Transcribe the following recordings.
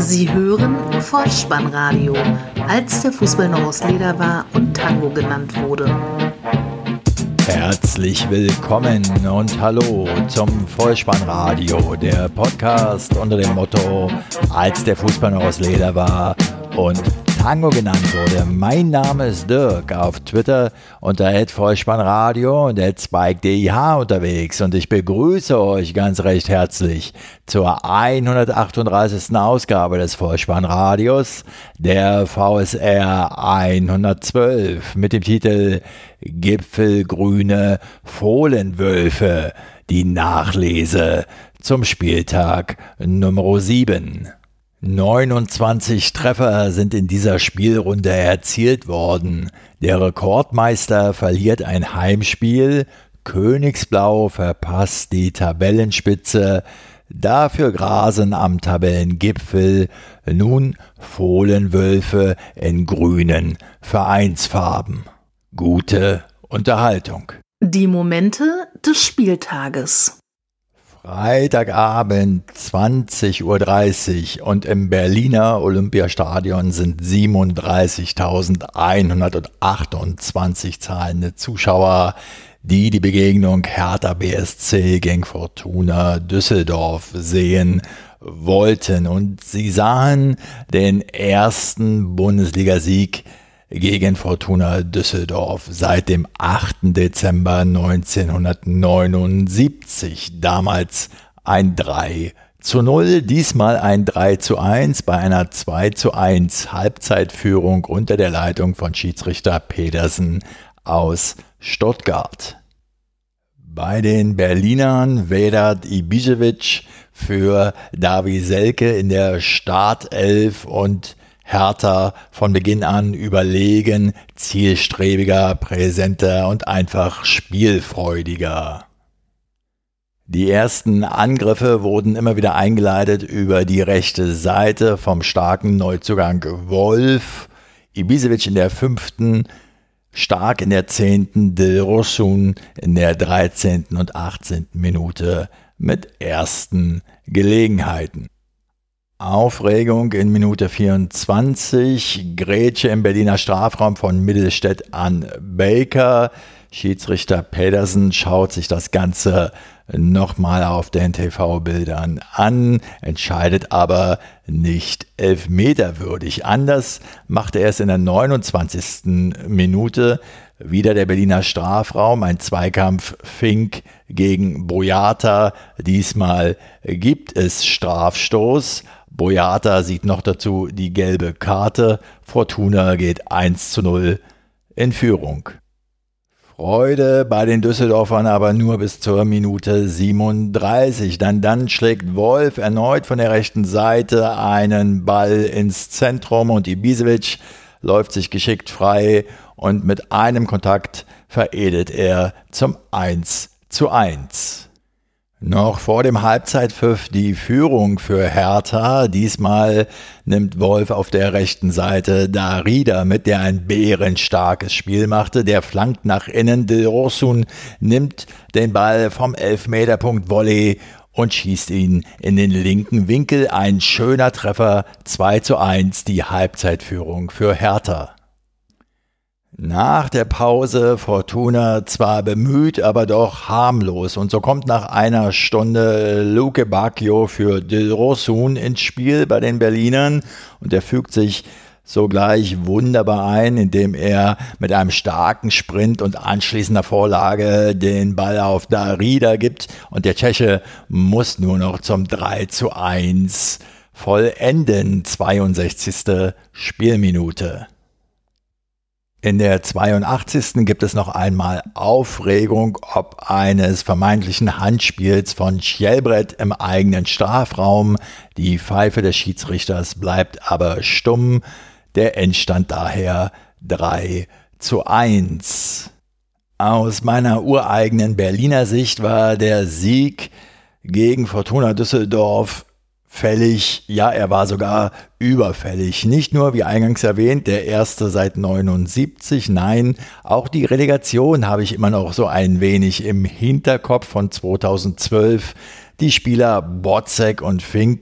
Sie hören Vollspannradio, als der Fußball noch aus Leder war und Tango genannt wurde. Herzlich willkommen und hallo zum Vollspannradio, der Podcast unter dem Motto, als der Fußball noch aus Leder war und Tango genannt wurde. Mein Name ist Dirk, auf Twitter unter @Vollspannradio und @spike_dih unterwegs und ich begrüße euch ganz recht herzlich zur 138. Ausgabe des Vollspannradios, der VSR 112 mit dem Titel Gipfelgrüne Fohlenwölfe, die Nachlese zum Spieltag Nummer 7. 29 Treffer sind in dieser Spielrunde erzielt worden. Der Rekordmeister verliert ein Heimspiel, Königsblau verpasst die Tabellenspitze, dafür grasen am Tabellengipfel nun Fohlenwölfe in grünen Vereinsfarben. Gute Unterhaltung. Die Momente des Spieltages. Freitagabend 20:30 Uhr und im Berliner Olympiastadion sind 37.128 zahlende Zuschauer, die die Begegnung Hertha BSC gegen Fortuna Düsseldorf sehen wollten. Und sie sahen den ersten Bundesligasieg gegen Fortuna Düsseldorf seit dem 8. Dezember 1979. Damals ein 3:0, diesmal ein 3:1 bei einer 2:1 Halbzeitführung unter der Leitung von Schiedsrichter Petersen aus Stuttgart. Bei den Berlinern Vedat Ibišević für Davie Selke in der Startelf und Hertha von Beginn an überlegen, zielstrebiger, präsenter und einfach spielfreudiger. Die ersten Angriffe wurden immer wieder eingeleitet über die rechte Seite vom starken Neuzugang Wolf. Ibišević in der 5., Stark in der 10., Dilrosun in der 13. und 18. Minute mit ersten Gelegenheiten. Aufregung in Minute 24, Grätsche im Berliner Strafraum von Mittelstädt an Baker. Schiedsrichter Petersen schaut sich das Ganze nochmal auf den TV-Bildern an, entscheidet aber nicht elfmeterwürdig. Anders machte er es in der 29. Minute. Wieder der Berliner Strafraum, ein Zweikampf Fink gegen Boyata. Diesmal gibt es Strafstoß. Boyata sieht noch dazu die gelbe Karte. Fortuna geht 1:0 in Führung. Freude bei den Düsseldorfern aber nur bis zur Minute 37. Dann schlägt Wolf erneut von der rechten Seite einen Ball ins Zentrum und Ibišević läuft sich geschickt frei und mit einem Kontakt veredelt er zum 1:1. Noch vor dem Halbzeitpfiff die Führung für Hertha. Diesmal nimmt Wolf auf der rechten Seite Darida mit, der ein bärenstarkes Spiel machte. Der flankt nach innen. Dilrosun nimmt den Ball vom Elfmeterpunkt Volley und schießt ihn in den linken Winkel. Ein schöner Treffer, 2:1, die Halbzeitführung für Hertha. Nach der Pause Fortuna zwar bemüht, aber doch harmlos. Und so kommt nach einer Stunde Luke Bacchio für Dilrosun ins Spiel bei den Berlinern. Und er fügt sich sogleich wunderbar ein, indem er mit einem starken Sprint und anschließender Vorlage den Ball auf Darida gibt. Und der Tscheche muss nur noch zum 3:1 vollenden. 62. Spielminute. In der 82. gibt es noch einmal Aufregung ob eines vermeintlichen Handspiels von Skjelbred im eigenen Strafraum. Die Pfeife des Schiedsrichters bleibt aber stumm. Der Endstand daher 3:1. Aus meiner ureigenen Berliner Sicht war der Sieg gegen Fortuna Düsseldorf fällig, ja, er war sogar überfällig. Nicht nur, wie eingangs erwähnt, der erste seit 79, nein, auch die Relegation habe ich immer noch so ein wenig im Hinterkopf von 2012. Die Spieler Botzek und Fink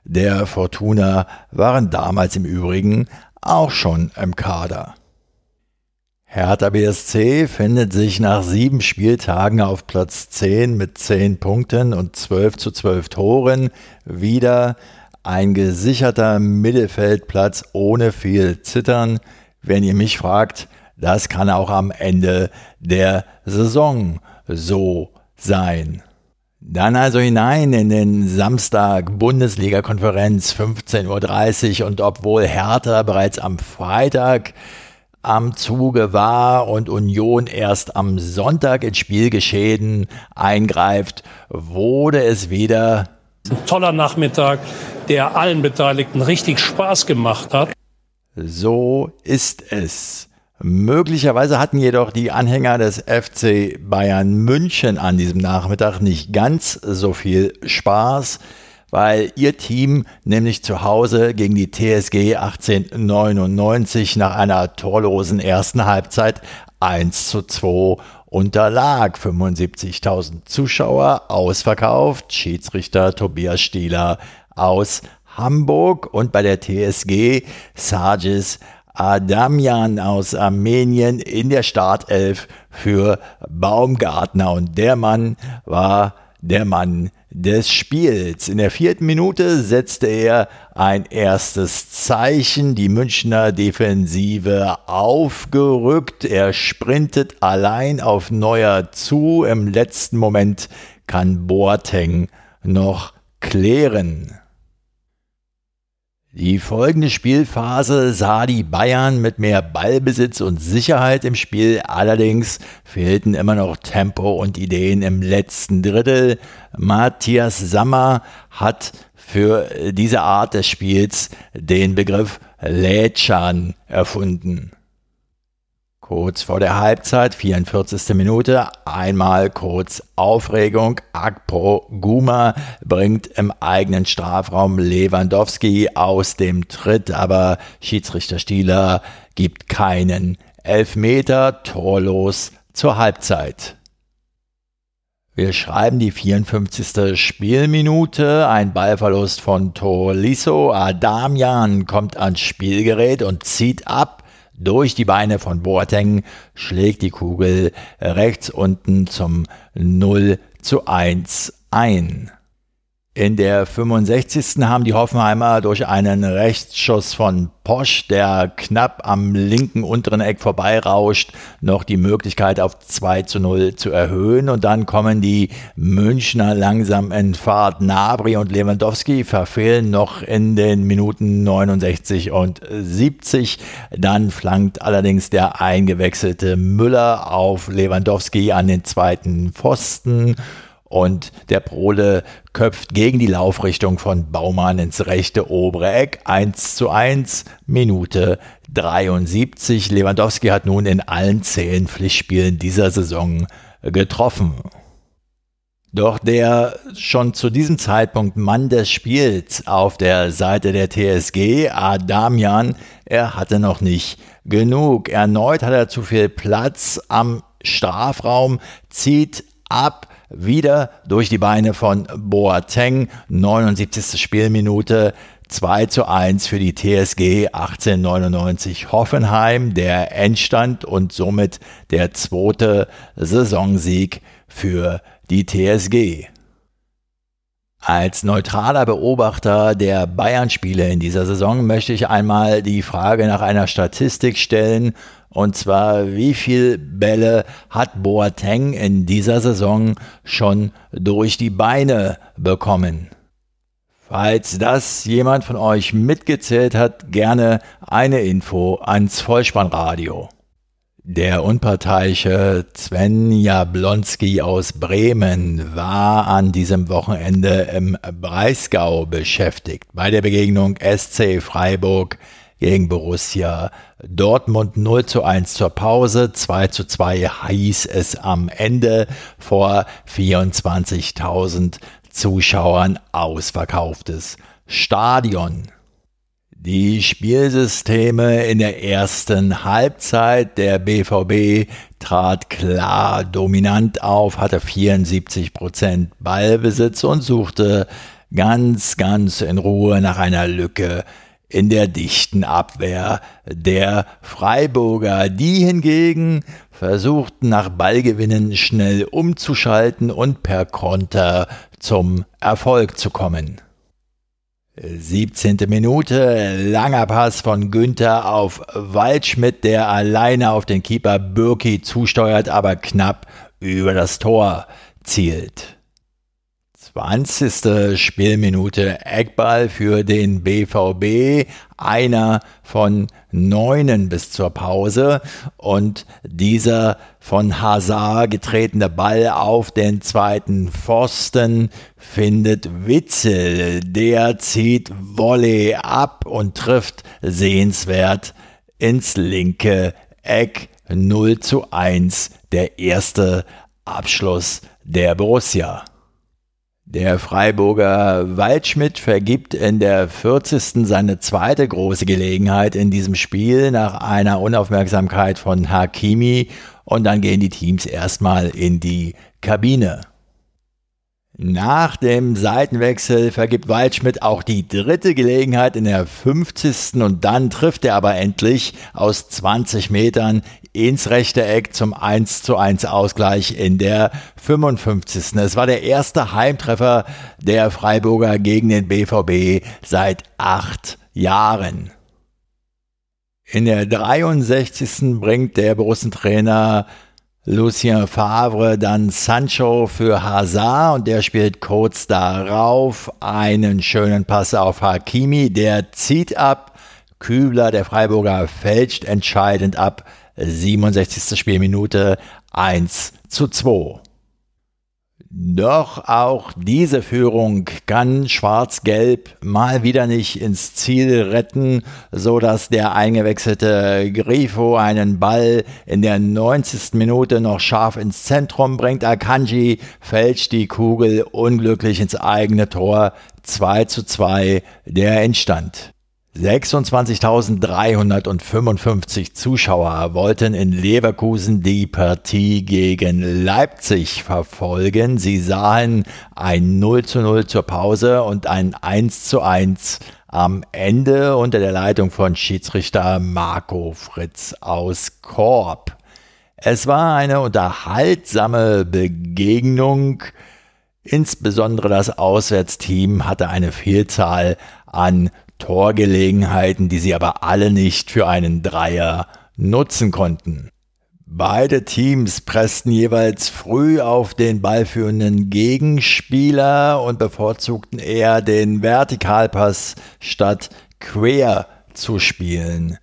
der Fortuna waren damals im Übrigen auch schon im Kader. Hertha BSC findet sich nach 7 Spieltagen auf Platz 10 mit 10 Punkten und 12:12 Toren wieder. Ein gesicherter Mittelfeldplatz ohne viel Zittern. Wenn ihr mich fragt, das kann auch am Ende der Saison so sein. Dann also hinein in den Samstag Bundesliga-Konferenz 15:30 Uhr und obwohl Hertha bereits am Freitag am Zuge war und Union erst am Sonntag ins Spielgeschehen eingreift, wurde es wieder ein toller Nachmittag, der allen Beteiligten richtig Spaß gemacht hat. So ist es. Möglicherweise hatten jedoch die Anhänger des FC Bayern München an diesem Nachmittag nicht ganz so viel Spaß, weil ihr Team nämlich zu Hause gegen die TSG 1899 nach einer torlosen ersten Halbzeit 1:2 unterlag. 75.000 Zuschauer, ausverkauft, Schiedsrichter Tobias Stieler aus Hamburg und bei der TSG Sargis Adamian aus Armenien in der Startelf für Baumgartner. Und der Mann war der Mann des Spiels. In der 4. Minute setzte er ein erstes Zeichen. Die Münchner Defensive aufgerückt. Er sprintet allein auf Neuer zu. Im letzten Moment kann Boateng noch klären. Die folgende Spielphase sah die Bayern mit mehr Ballbesitz und Sicherheit im Spiel, allerdings fehlten immer noch Tempo und Ideen im letzten Drittel. Matthias Sammer hat für diese Art des Spiels den Begriff Lätschern erfunden. Kurz vor der Halbzeit, 44. Minute, einmal kurz Aufregung. Akpo Guma bringt im eigenen Strafraum Lewandowski aus dem Tritt, aber Schiedsrichter Stieler gibt keinen Elfmeter, torlos zur Halbzeit. Wir schreiben die 54. Spielminute, ein Ballverlust von Tolisso. Adamian kommt ans Spielgerät und zieht ab. Durch die Beine von Boateng schlägt die Kugel rechts unten zum 0:1 ein. In der 65. haben die Hoffenheimer durch einen Rechtsschuss von Posch, der knapp am linken unteren Eck vorbeirauscht, noch die Möglichkeit auf 2:0 zu erhöhen. Und dann kommen die Münchner langsam in Fahrt. Gnabry und Lewandowski verfehlen noch in den Minuten 69 und 70. Dann flankt allerdings der eingewechselte Müller auf Lewandowski an den zweiten Pfosten. Und der Prole köpft gegen die Laufrichtung von Baumann ins rechte obere Eck. 1:1, Minute 73. Lewandowski hat nun in allen 10 Pflichtspielen dieser Saison getroffen. Doch der schon zu diesem Zeitpunkt Mann des Spiels auf der Seite der TSG, Adamian, er hatte noch nicht genug. Erneut hat er zu viel Platz am Strafraum, zieht ab, wieder durch die Beine von Boateng, 79. Spielminute, 2:1 für die TSG 1899 Hoffenheim, der Endstand und somit der 2. Saisonsieg für die TSG. Als neutraler Beobachter der Bayern-Spiele in dieser Saison möchte ich einmal die Frage nach einer Statistik stellen, und zwar, wie viele Bälle hat Boateng in dieser Saison schon durch die Beine bekommen? Falls das jemand von euch mitgezählt hat, gerne eine Info ans Vollspannradio. Der unparteiische Sven Jablonski aus Bremen war an diesem Wochenende im Breisgau beschäftigt bei der Begegnung SC Freiburg gegen Borussia Dortmund. 0:1 zur Pause, 2:2 hieß es am Ende vor 24.000 Zuschauern, ausverkauftes Stadion. Die Spielsysteme in der ersten Halbzeit, der BVB trat klar dominant auf, hatte 74% Ballbesitz und suchte ganz in Ruhe nach einer Lücke in der dichten Abwehr der Freiburger. Die hingegen versuchten nach Ballgewinnen schnell umzuschalten und per Konter zum Erfolg zu kommen. 17. Minute, langer Pass von Günther auf Waldschmidt, der alleine auf den Keeper Bürki zusteuert, aber knapp über das Tor zielt. 20. Spielminute, Eckball für den BVB, einer von 9 bis zur Pause, und dieser von Hazard getretene Ball auf den zweiten Pfosten findet Witsel, der zieht Volley ab und trifft sehenswert ins linke Eck. 0:1, der erste Abschluss der Borussia. Der Freiburger Waldschmidt vergibt in der 40. seine zweite große Gelegenheit in diesem Spiel nach einer Unaufmerksamkeit von Hakimi, und dann gehen die Teams erstmal in die Kabine. Nach dem Seitenwechsel vergibt Waldschmidt auch die dritte Gelegenheit in der 50. und dann trifft er aber endlich aus 20 Metern ins rechte Eck zum 1:1 Ausgleich in der 55. Es war der erste Heimtreffer der Freiburger gegen den BVB seit 8 Jahren. In der 63. bringt der Borussen-Trainer Lucien Favre dann Sancho für Hazard, und der spielt kurz darauf einen schönen Pass auf Hakimi, der zieht ab. Kübler, der Freiburger, fälscht entscheidend ab. 67. Spielminute, 1:2. Doch auch diese Führung kann Schwarz-Gelb mal wieder nicht ins Ziel retten, so dass der eingewechselte Grifo einen Ball in der 90. Minute noch scharf ins Zentrum bringt. Akanji fälscht die Kugel unglücklich ins eigene Tor. 2:2 der Endstand. 26.355 Zuschauer wollten in Leverkusen die Partie gegen Leipzig verfolgen. Sie sahen ein 0:0 zur Pause und ein 1:1 am Ende unter der Leitung von Schiedsrichter Marco Fritz aus Korb. Es war eine unterhaltsame Begegnung. Insbesondere das Auswärtsteam hatte eine Vielzahl an Torgelegenheiten, die sie aber alle nicht für einen Dreier nutzen konnten. Beide Teams pressten jeweils früh auf den ballführenden Gegenspieler und bevorzugten eher den Vertikalpass statt quer zu spielen.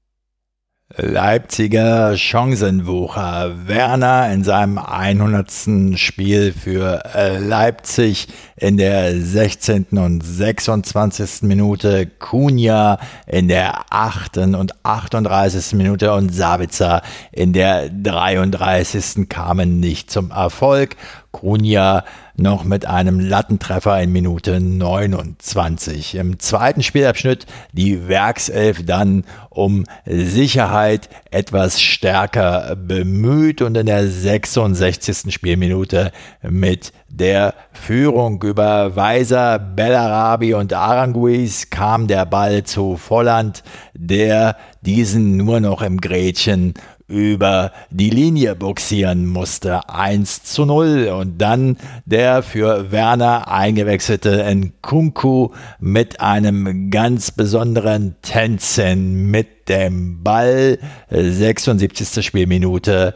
Leipziger Chancenwucher Werner in seinem 100. Spiel für Leipzig in der 16. und 26. Minute, Cunha in der 8. und 38. Minute und Sabitzer in der 33. kamen nicht zum Erfolg. Cunha noch mit einem Lattentreffer in Minute 29. Im zweiten Spielabschnitt die Werkself dann um Sicherheit etwas stärker bemüht und in der 66. Spielminute mit der Führung über Weiser, Bellarabi und Aranguiz kam der Ball zu Volland, der diesen nur noch im Grätschen über die Linie boxieren musste. 1:0 und dann der für Werner eingewechselte Nkunku mit einem ganz besonderen Tänzen mit dem Ball. 76. Spielminute,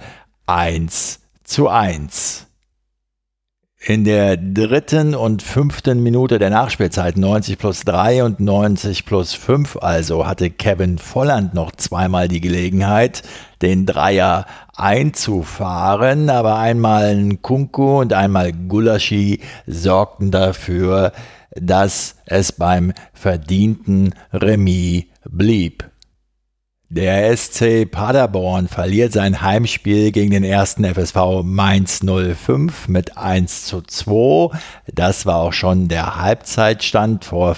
1:1. In der 3. und 5. Minute der Nachspielzeit, 90+3 und 90+5 also, hatte Kevin Volland noch zweimal die Gelegenheit, den Dreier einzufahren, aber einmal Nkunku und einmal Gulaschi sorgten dafür, dass es beim verdienten Remis blieb. Der SC Paderborn verliert sein Heimspiel gegen den 1. FSV Mainz 05 mit 1:2. Das war auch schon der Halbzeitstand vor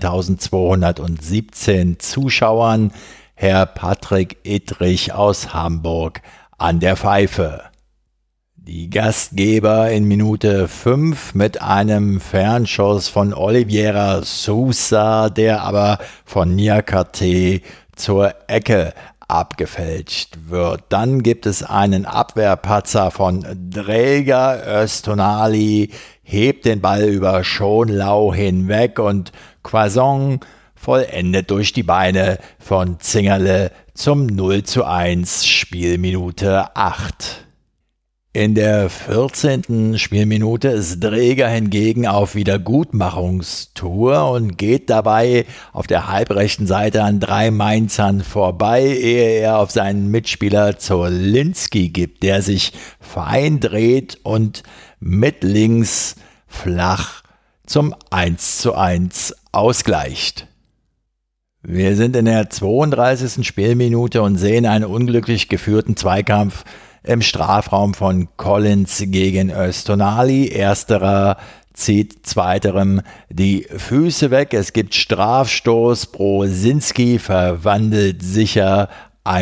14.217 Zuschauern. Herr Patrick Ittrich aus Hamburg an der Pfeife. Die Gastgeber in Minute 5 mit einem Fernschuss von Oliveira Sousa, der aber von Niakate zur Ecke abgefälscht wird. Dann gibt es einen Abwehrpatzer von Dreger. Öztunali hebt den Ball über Schonlau hinweg und Quaison vollendet durch die Beine von Zingerle zum 0:1, Spielminute 8. In der 14. Spielminute ist Dreger hingegen auf Wiedergutmachungstour und geht dabei auf der halbrechten Seite an 3 Mainzern vorbei, ehe er auf seinen Mitspieler Zolinski gibt, der sich fein dreht und mit links flach zum 1:1 ausgleicht. Wir sind in der 32. Spielminute und sehen einen unglücklich geführten Zweikampf im Strafraum von Collins gegen Öztunali. Ersterer zieht zweiterem die Füße weg. Es gibt Strafstoß. Brosinski verwandelt sicher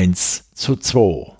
1:2.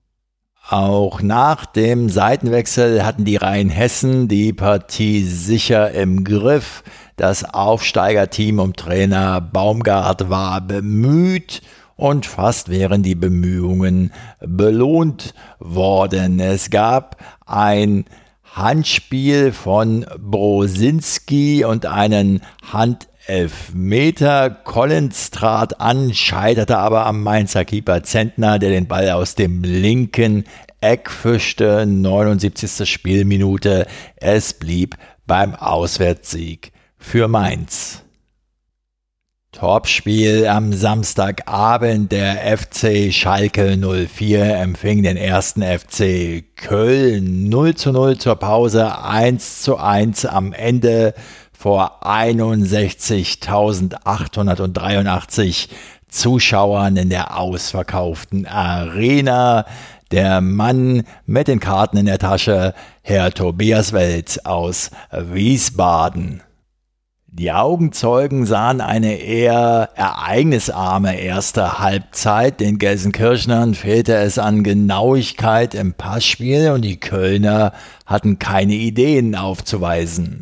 Auch nach dem Seitenwechsel hatten die Rheinhessen die Partie sicher im Griff. Das Aufsteigerteam um Trainer Baumgart war bemüht und fast wären die Bemühungen belohnt worden. Es gab ein Handspiel von Brosinski und einen Handelfmeter. Collins trat an, scheiterte aber am Mainzer Keeper Zentner, der den Ball aus dem linken Eck fischte. 79. Spielminute. Es blieb beim Auswärtssieg für Mainz. Topspiel am Samstagabend. Der FC Schalke 04 empfing den 1. FC Köln. 0:0 zur Pause, 1:1 am Ende vor 61.883 Zuschauern in der ausverkauften Arena. Der Mann mit den Karten in der Tasche, Herr Tobias Welz aus Wiesbaden. Die Augenzeugen sahen eine eher ereignisarme erste Halbzeit. Den Gelsenkirchnern fehlte es an Genauigkeit im Passspiel und die Kölner hatten keine Ideen aufzuweisen.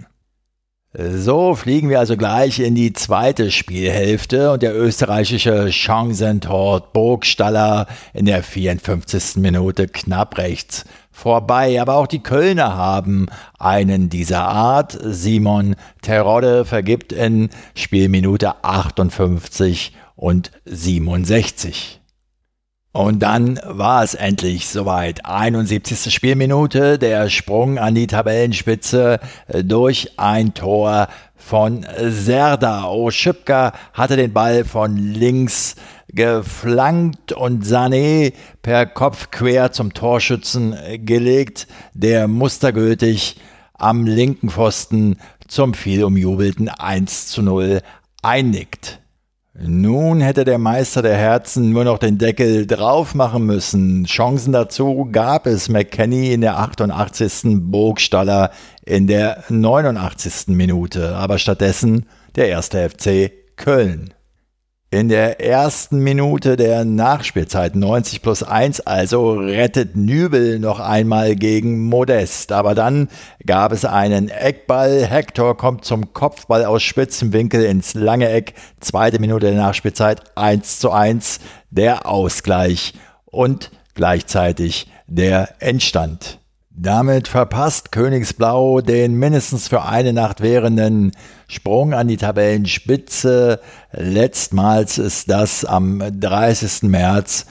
So fliegen wir also gleich in die zweite Spielhälfte und der österreichische Chancentort Burgstaller in der 54. Minute knapp rechts vorbei. Aber auch die Kölner haben einen dieser Art. Simon Terodde vergibt in Spielminute 58 und 67. Und dann war es endlich soweit. 71. Spielminute, der Sprung an die Tabellenspitze durch ein Tor von Serdar. Oschipka hatte den Ball von links geflankt und Sané per Kopf quer zum Torschützen gelegt, der mustergültig am linken Pfosten zum viel umjubelten 1:0 einnickt. Nun hätte der Meister der Herzen nur noch den Deckel drauf machen müssen. Chancen dazu gab es. McKennie in der 88., Burgstaller in der 89. Minute, aber stattdessen der 1. FC Köln. In der ersten Minute der Nachspielzeit, 90+1, also rettet Nübel noch einmal gegen Modest. Aber dann gab es einen Eckball. Hector kommt zum Kopfball aus spitzem Winkel ins lange Eck. 2. Minute der Nachspielzeit, 1:1, der Ausgleich und gleichzeitig der Endstand. Damit verpasst Königsblau den mindestens für eine Nacht währenden Sprung an die Tabellenspitze. Letztmals ist das am 30. März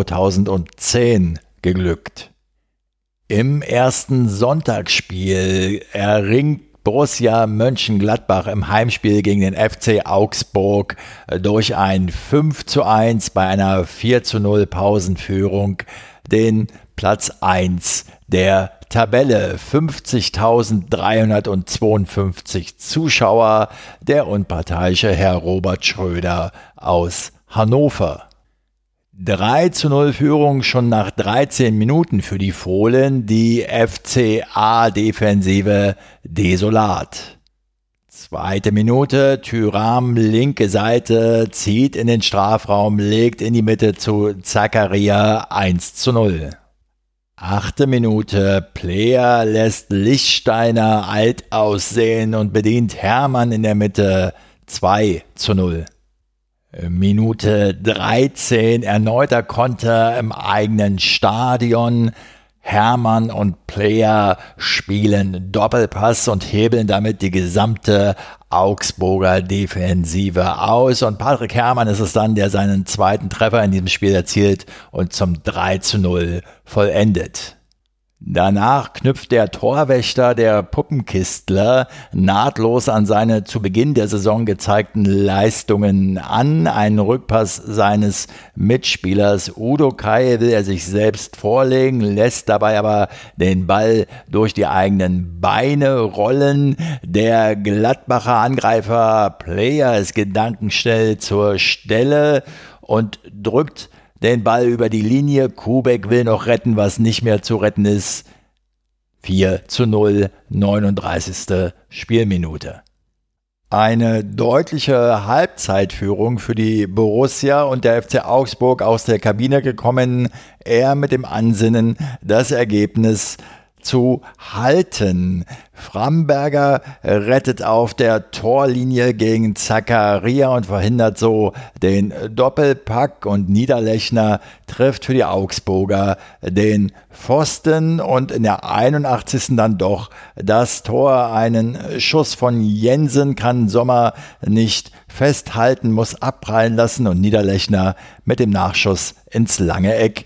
2010 geglückt. Im ersten Sonntagsspiel erringt Borussia Mönchengladbach im Heimspiel gegen den FC Augsburg durch ein 5:1 bei einer 4:0 Pausenführung den Platz 1 der Tabelle. 50.352 Zuschauer, der unparteiische Herr Robert Schröder aus Hannover. 3:0 Führung schon nach 13 Minuten für die Fohlen, die FCA-Defensive desolat. 2. Minute, Thuram, linke Seite, zieht in den Strafraum, legt in die Mitte zu Zakaria 1:0. 8. Minute, Player lässt Lichtsteiner alt aussehen und bedient Hermann in der Mitte, 2:0. Minute 13, erneuter Konter im eigenen Stadion. Hermann und Player spielen Doppelpass und hebeln damit die gesamte Augsburger Defensive aus. Und Patrick Herrmann ist es dann, der seinen zweiten Treffer in diesem Spiel erzielt und zum 3:0 vollendet. Danach knüpft der Torwächter, der Puppenkistler, nahtlos an seine zu Beginn der Saison gezeigten Leistungen an. Einen Rückpass seines Mitspielers Udo Kai will er sich selbst vorlegen, lässt dabei aber den Ball durch die eigenen Beine rollen. Der Gladbacher Angreifer Player ist gedankenschnell zur Stelle und drückt den Ball über die Linie. Kubek will noch retten, was nicht mehr zu retten ist. 4:0, 39. Spielminute. Eine deutliche Halbzeitführung für die Borussia und der FC Augsburg aus der Kabine gekommen, eher mit dem Ansinnen, das Ergebnis zu halten. Framberger rettet auf der Torlinie gegen Zakaria und verhindert so den Doppelpack und Niederlechner trifft für die Augsburger den Pfosten und in der 81. dann doch das Tor. Einen Schuss von Jensen kann Sommer nicht festhalten, muss abprallen lassen und Niederlechner mit dem Nachschuss ins lange Eck,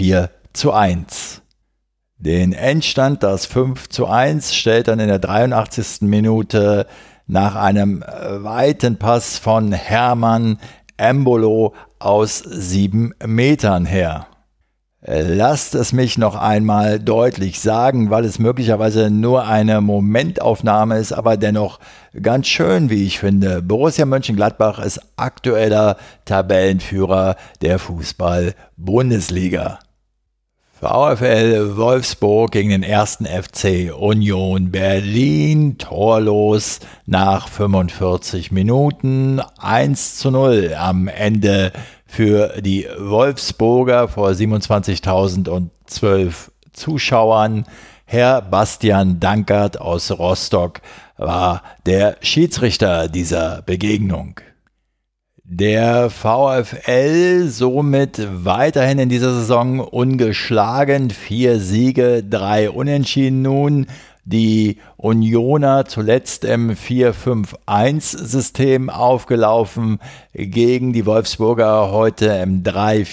4:1. Den Endstand, das 5:1, stellt dann in der 83. Minute nach einem weiten Pass von Hermann Embolo aus 7 Metern her. Lasst es mich noch einmal deutlich sagen, weil es möglicherweise nur eine Momentaufnahme ist, aber dennoch ganz schön, wie ich finde. Borussia Mönchengladbach ist aktueller Tabellenführer der Fußball-Bundesliga. VfL Wolfsburg gegen den 1. FC Union Berlin, torlos nach 45 Minuten, 1:0 am Ende für die Wolfsburger vor 27.012 Zuschauern. Herr Bastian Dankert aus Rostock war der Schiedsrichter dieser Begegnung. Der VfL somit weiterhin in dieser Saison ungeschlagen, 4 Siege, 3 Unentschieden nun. Die Unioner zuletzt im 4-5-1-System aufgelaufen, gegen die Wolfsburger heute im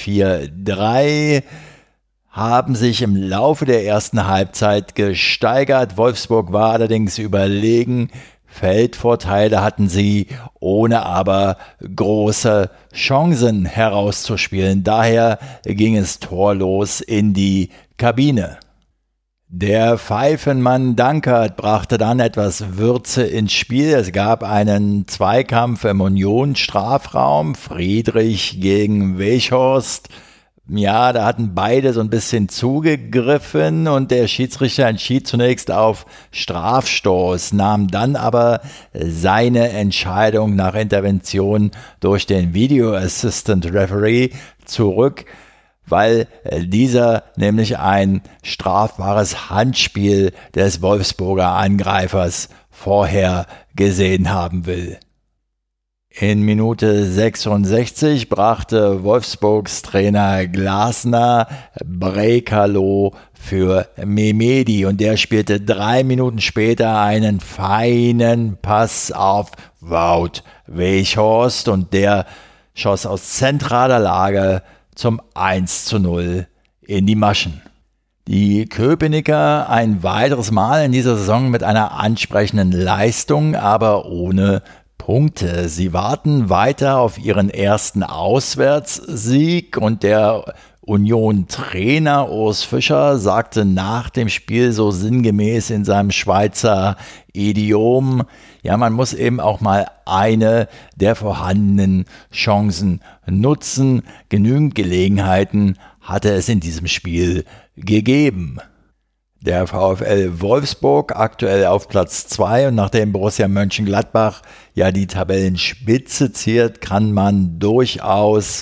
3-4-3. Haben sich im Laufe der ersten Halbzeit gesteigert. Wolfsburg war allerdings überlegen. Feldvorteile hatten sie, ohne aber große Chancen herauszuspielen. Daher ging es torlos in die Kabine. Der Pfeifenmann Dankert brachte dann etwas Würze ins Spiel. Es gab einen Zweikampf im Union-Strafraum, Friedrich gegen Weghorst. Ja, da hatten beide so ein bisschen zugegriffen und der Schiedsrichter entschied zunächst auf Strafstoß, nahm dann aber seine Entscheidung nach Intervention durch den Video Assistant Referee zurück, weil dieser nämlich ein strafbares Handspiel des Wolfsburger Angreifers vorher gesehen haben will. In Minute 66 brachte Wolfsburgs Trainer Glasner Brekalo für Mehmedi und der spielte 3 Minuten später einen feinen Pass auf Wout Weghorst und der schoss aus zentraler Lage zum 1:0 in die Maschen. Die Köpenicker ein weiteres Mal in dieser Saison mit einer ansprechenden Leistung, aber ohne Punkte. Sie warten weiter auf ihren ersten Auswärtssieg und der Union-Trainer Urs Fischer sagte nach dem Spiel so sinngemäß in seinem Schweizer Idiom, ja, man muss eben auch mal eine der vorhandenen Chancen nutzen. Genügend Gelegenheiten hatte es in diesem Spiel gegeben. Der VfL Wolfsburg aktuell auf Platz 2 und nachdem Borussia Mönchengladbach ja die Tabellenspitze ziert, kann man durchaus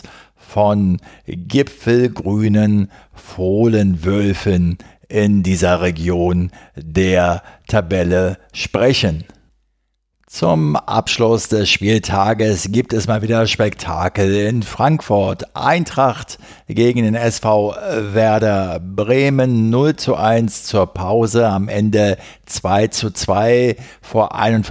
von gipfelgrünen Fohlenwölfen in dieser Region der Tabelle sprechen. Zum Abschluss des Spieltages gibt es mal wieder Spektakel in Frankfurt. Eintracht gegen den SV Werder Bremen 0:1 zur Pause, am Ende 2:2 vor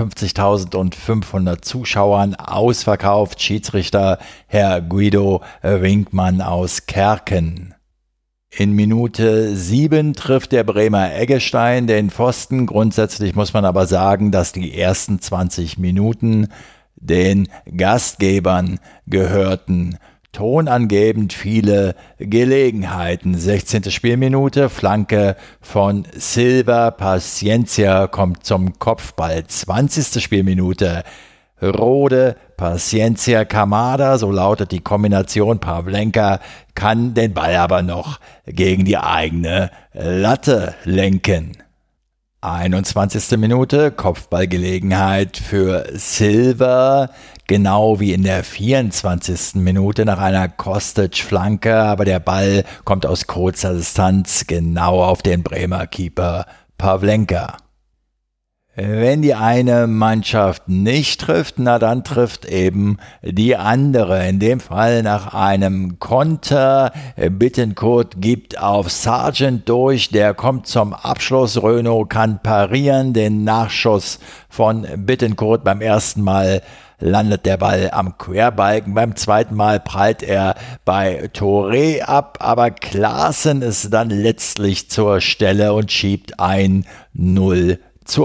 51.500 Zuschauern ausverkauft. Schiedsrichter Herr Guido Winkmann aus Kerken. In Minute 7 trifft der Bremer Eggestein den Pfosten. Grundsätzlich muss man aber sagen, dass die ersten 20 Minuten den Gastgebern gehörten. Tonangebend viele Gelegenheiten. 16. Spielminute, Flanke von Silva, Paciencia kommt zum Kopfball. 20. Spielminute, Rode, Paciencia, Kamada, so lautet die Kombination. Pavlenka kann den Ball aber noch gegen die eigene Latte lenken. 21. Minute, Kopfballgelegenheit für Silva, genau wie in der 24. Minute nach einer Kostic-Flanke, aber der Ball kommt aus kurzer Distanz genau auf den Bremer Keeper Pavlenka. Wenn die eine Mannschaft nicht trifft, na dann trifft eben die andere. In dem Fall nach einem Konter. Bittencourt gibt auf Sargent durch, der kommt zum Abschluss. Renaud kann parieren, den Nachschuss von Bittencourt. Beim ersten Mal landet der Ball am Querbalken, beim zweiten Mal prallt er bei Touré ab, aber Klaassen ist dann letztlich zur Stelle und schiebt ein 0:1.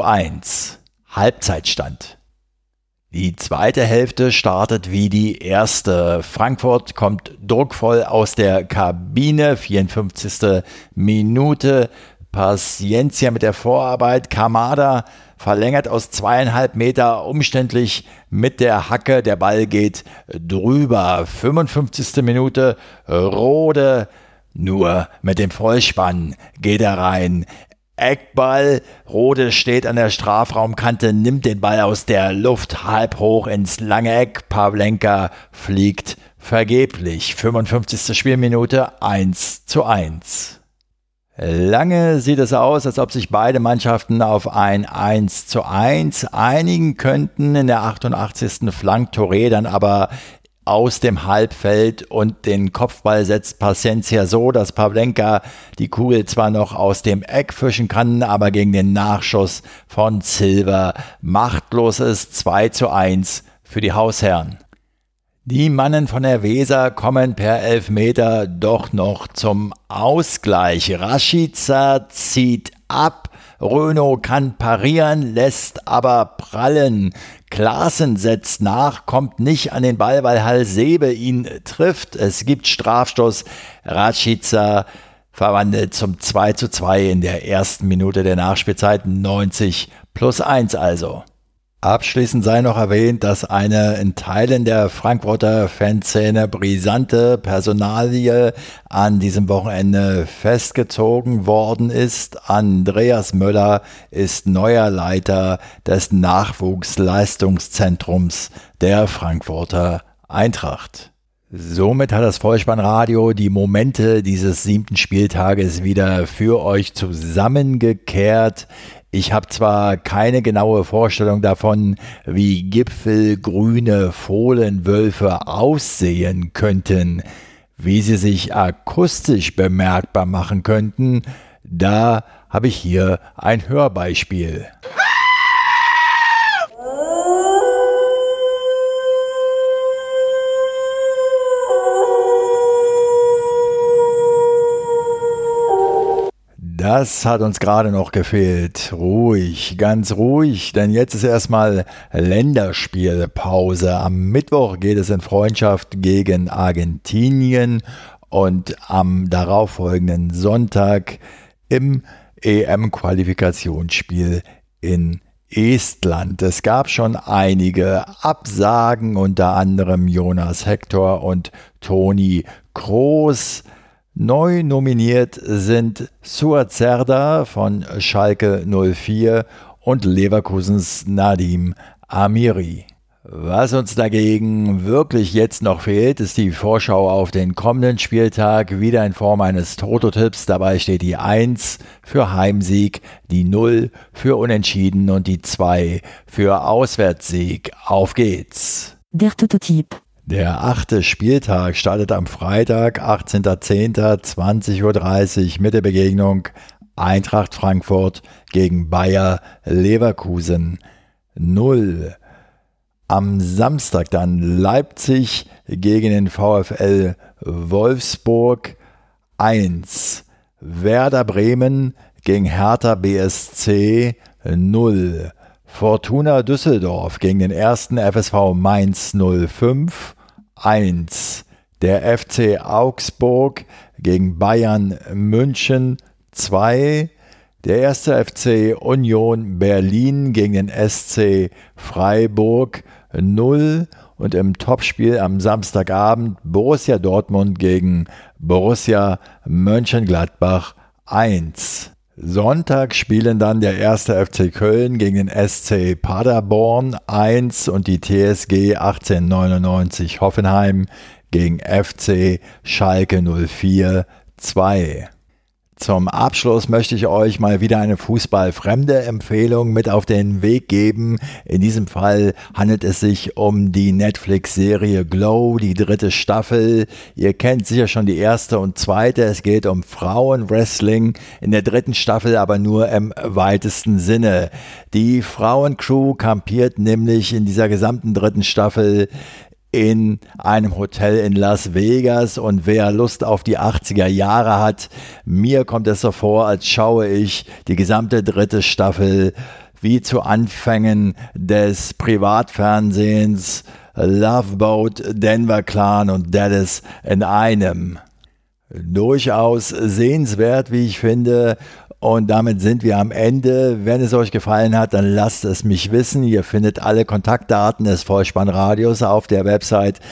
Halbzeitstand. Die zweite Hälfte startet wie die erste. Frankfurt kommt druckvoll aus der Kabine. 54. Minute. Paciencia mit der Vorarbeit. Kamada verlängert aus 2,5 Meter umständlich mit der Hacke. Der Ball geht drüber. 55. Minute. Rode. Nur mit dem Vollspann geht er rein. Eckball, Rode steht an der Strafraumkante, nimmt den Ball aus der Luft halb hoch ins lange Eck. Pavlenka fliegt vergeblich. 55. Spielminute 1:1. Lange sieht es aus, als ob sich beide Mannschaften auf ein 1:1 einigen könnten. In der 88. flankt Touré dann aber aus dem Halbfeld und den Kopfball setzt Paciencia so, dass Pavlenka die Kugel zwar noch aus dem Eck fischen kann, aber gegen den Nachschuss von Silva machtlos ist. 2:1 für die Hausherren. Die Mannen von der Weser kommen per Elfmeter doch noch zum Ausgleich. Rashica zieht ab. Renaud kann parieren, lässt aber prallen. Klaassen setzt nach, kommt nicht an den Ball, weil Halsebe ihn trifft. Es gibt Strafstoß. Rashica verwandelt zum 2:2 in der ersten Minute der Nachspielzeit. 90+1 also. Abschließend sei noch erwähnt, dass eine in Teilen der Frankfurter Fanszene brisante Personalie an diesem Wochenende festgezogen worden ist. Andreas Möller ist neuer Leiter des Nachwuchsleistungszentrums der Frankfurter Eintracht. Somit hat das Vollspannradio die Momente dieses 7. Spieltages wieder für euch zusammengekehrt. Ich habe zwar keine genaue Vorstellung davon, wie gipfelgrüne Fohlenwölfe aussehen könnten, wie sie sich akustisch bemerkbar machen könnten. Da habe ich hier ein Hörbeispiel. Das hat uns gerade noch gefehlt. Ruhig, ganz ruhig, denn jetzt ist erstmal Länderspielpause. Am Mittwoch geht es in Freundschaft gegen Argentinien und am darauffolgenden Sonntag im EM-Qualifikationsspiel in Estland. Es gab schon einige Absagen, unter anderem Jonas Hector und Toni Kroos. Neu nominiert sind Suat Serdar von Schalke 04 und Leverkusens Nadim Amiri. Was uns dagegen wirklich jetzt noch fehlt, ist die Vorschau auf den kommenden Spieltag, wieder in Form eines Toto-Tipps. Dabei steht die 1 für Heimsieg, die 0 für Unentschieden und die 2 für Auswärtssieg. Auf geht's! Der Toto-Tipp. Der 8. Spieltag startet am Freitag, 18.10.20:30 Uhr mit der Begegnung Eintracht Frankfurt gegen Bayer Leverkusen 0. Am Samstag dann Leipzig gegen den VfL Wolfsburg 1. Werder Bremen gegen Hertha BSC 0. Fortuna Düsseldorf gegen den 1. FSV Mainz 05 1. Der FC Augsburg gegen Bayern München 2. Der 1. FC Union Berlin gegen den SC Freiburg 0 und im Topspiel am Samstagabend Borussia Dortmund gegen Borussia Mönchengladbach 1. Sonntag spielen dann der 1. FC Köln gegen den SC Paderborn 1 und die TSG 1899 Hoffenheim gegen FC Schalke 04 2. Zum Abschluss möchte ich euch mal wieder eine fußballfremde Empfehlung mit auf den Weg geben. In diesem Fall handelt es sich um die Netflix-Serie Glow, die 3. Staffel. Ihr kennt sicher schon die 1. und 2. Es geht um Frauenwrestling, in der 3. Staffel aber nur im weitesten Sinne. Die Frauencrew kampiert nämlich in dieser gesamten 3. Staffel in einem Hotel in Las Vegas und wer Lust auf die 80er Jahre hat, mir kommt es so vor, als schaue ich die gesamte 3. Staffel wie zu Anfängen des Privatfernsehens Love Boat, Denver Clan und Dallas in einem. Durchaus sehenswert, wie ich finde. Und damit sind wir am Ende. Wenn es euch gefallen hat, dann lasst es mich wissen. Ihr findet alle Kontaktdaten des Vollspannradios auf der Website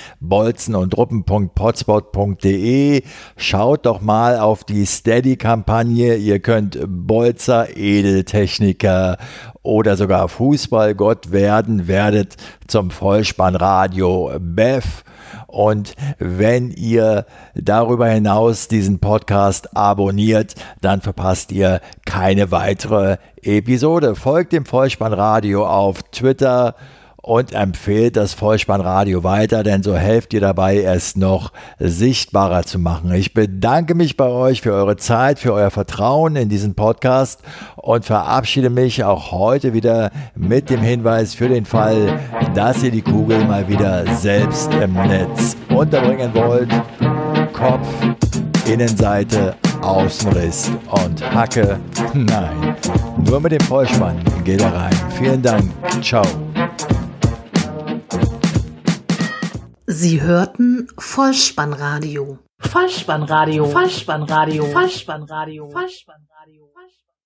bolzenundruppen.potspot.de. Schaut doch mal auf die Steady-Kampagne. Ihr könnt Bolzer, Edeltechniker oder sogar Fußballgott werden. Werdet zum Vollspannradio BEF. Und wenn ihr darüber hinaus diesen Podcast abonniert, dann verpasst ihr keine weitere Episode. Folgt dem Vollspannradio auf Twitter und empfehlt das Vollspannradio weiter, denn so helft ihr dabei, es noch sichtbarer zu machen. Ich bedanke mich bei euch für eure Zeit, für euer Vertrauen in diesen Podcast und verabschiede mich auch heute wieder mit dem Hinweis für den Fall, dass ihr die Kugel mal wieder selbst im Netz unterbringen wollt. Kopf, Innenseite, Außenriss und Hacke. Nein, nur mit dem Vollspann geht er rein. Vielen Dank. Ciao. Sie hörten Vollspannradio. Vollspannradio. Vollspannradio. Vollspannradio. Vollspannradio.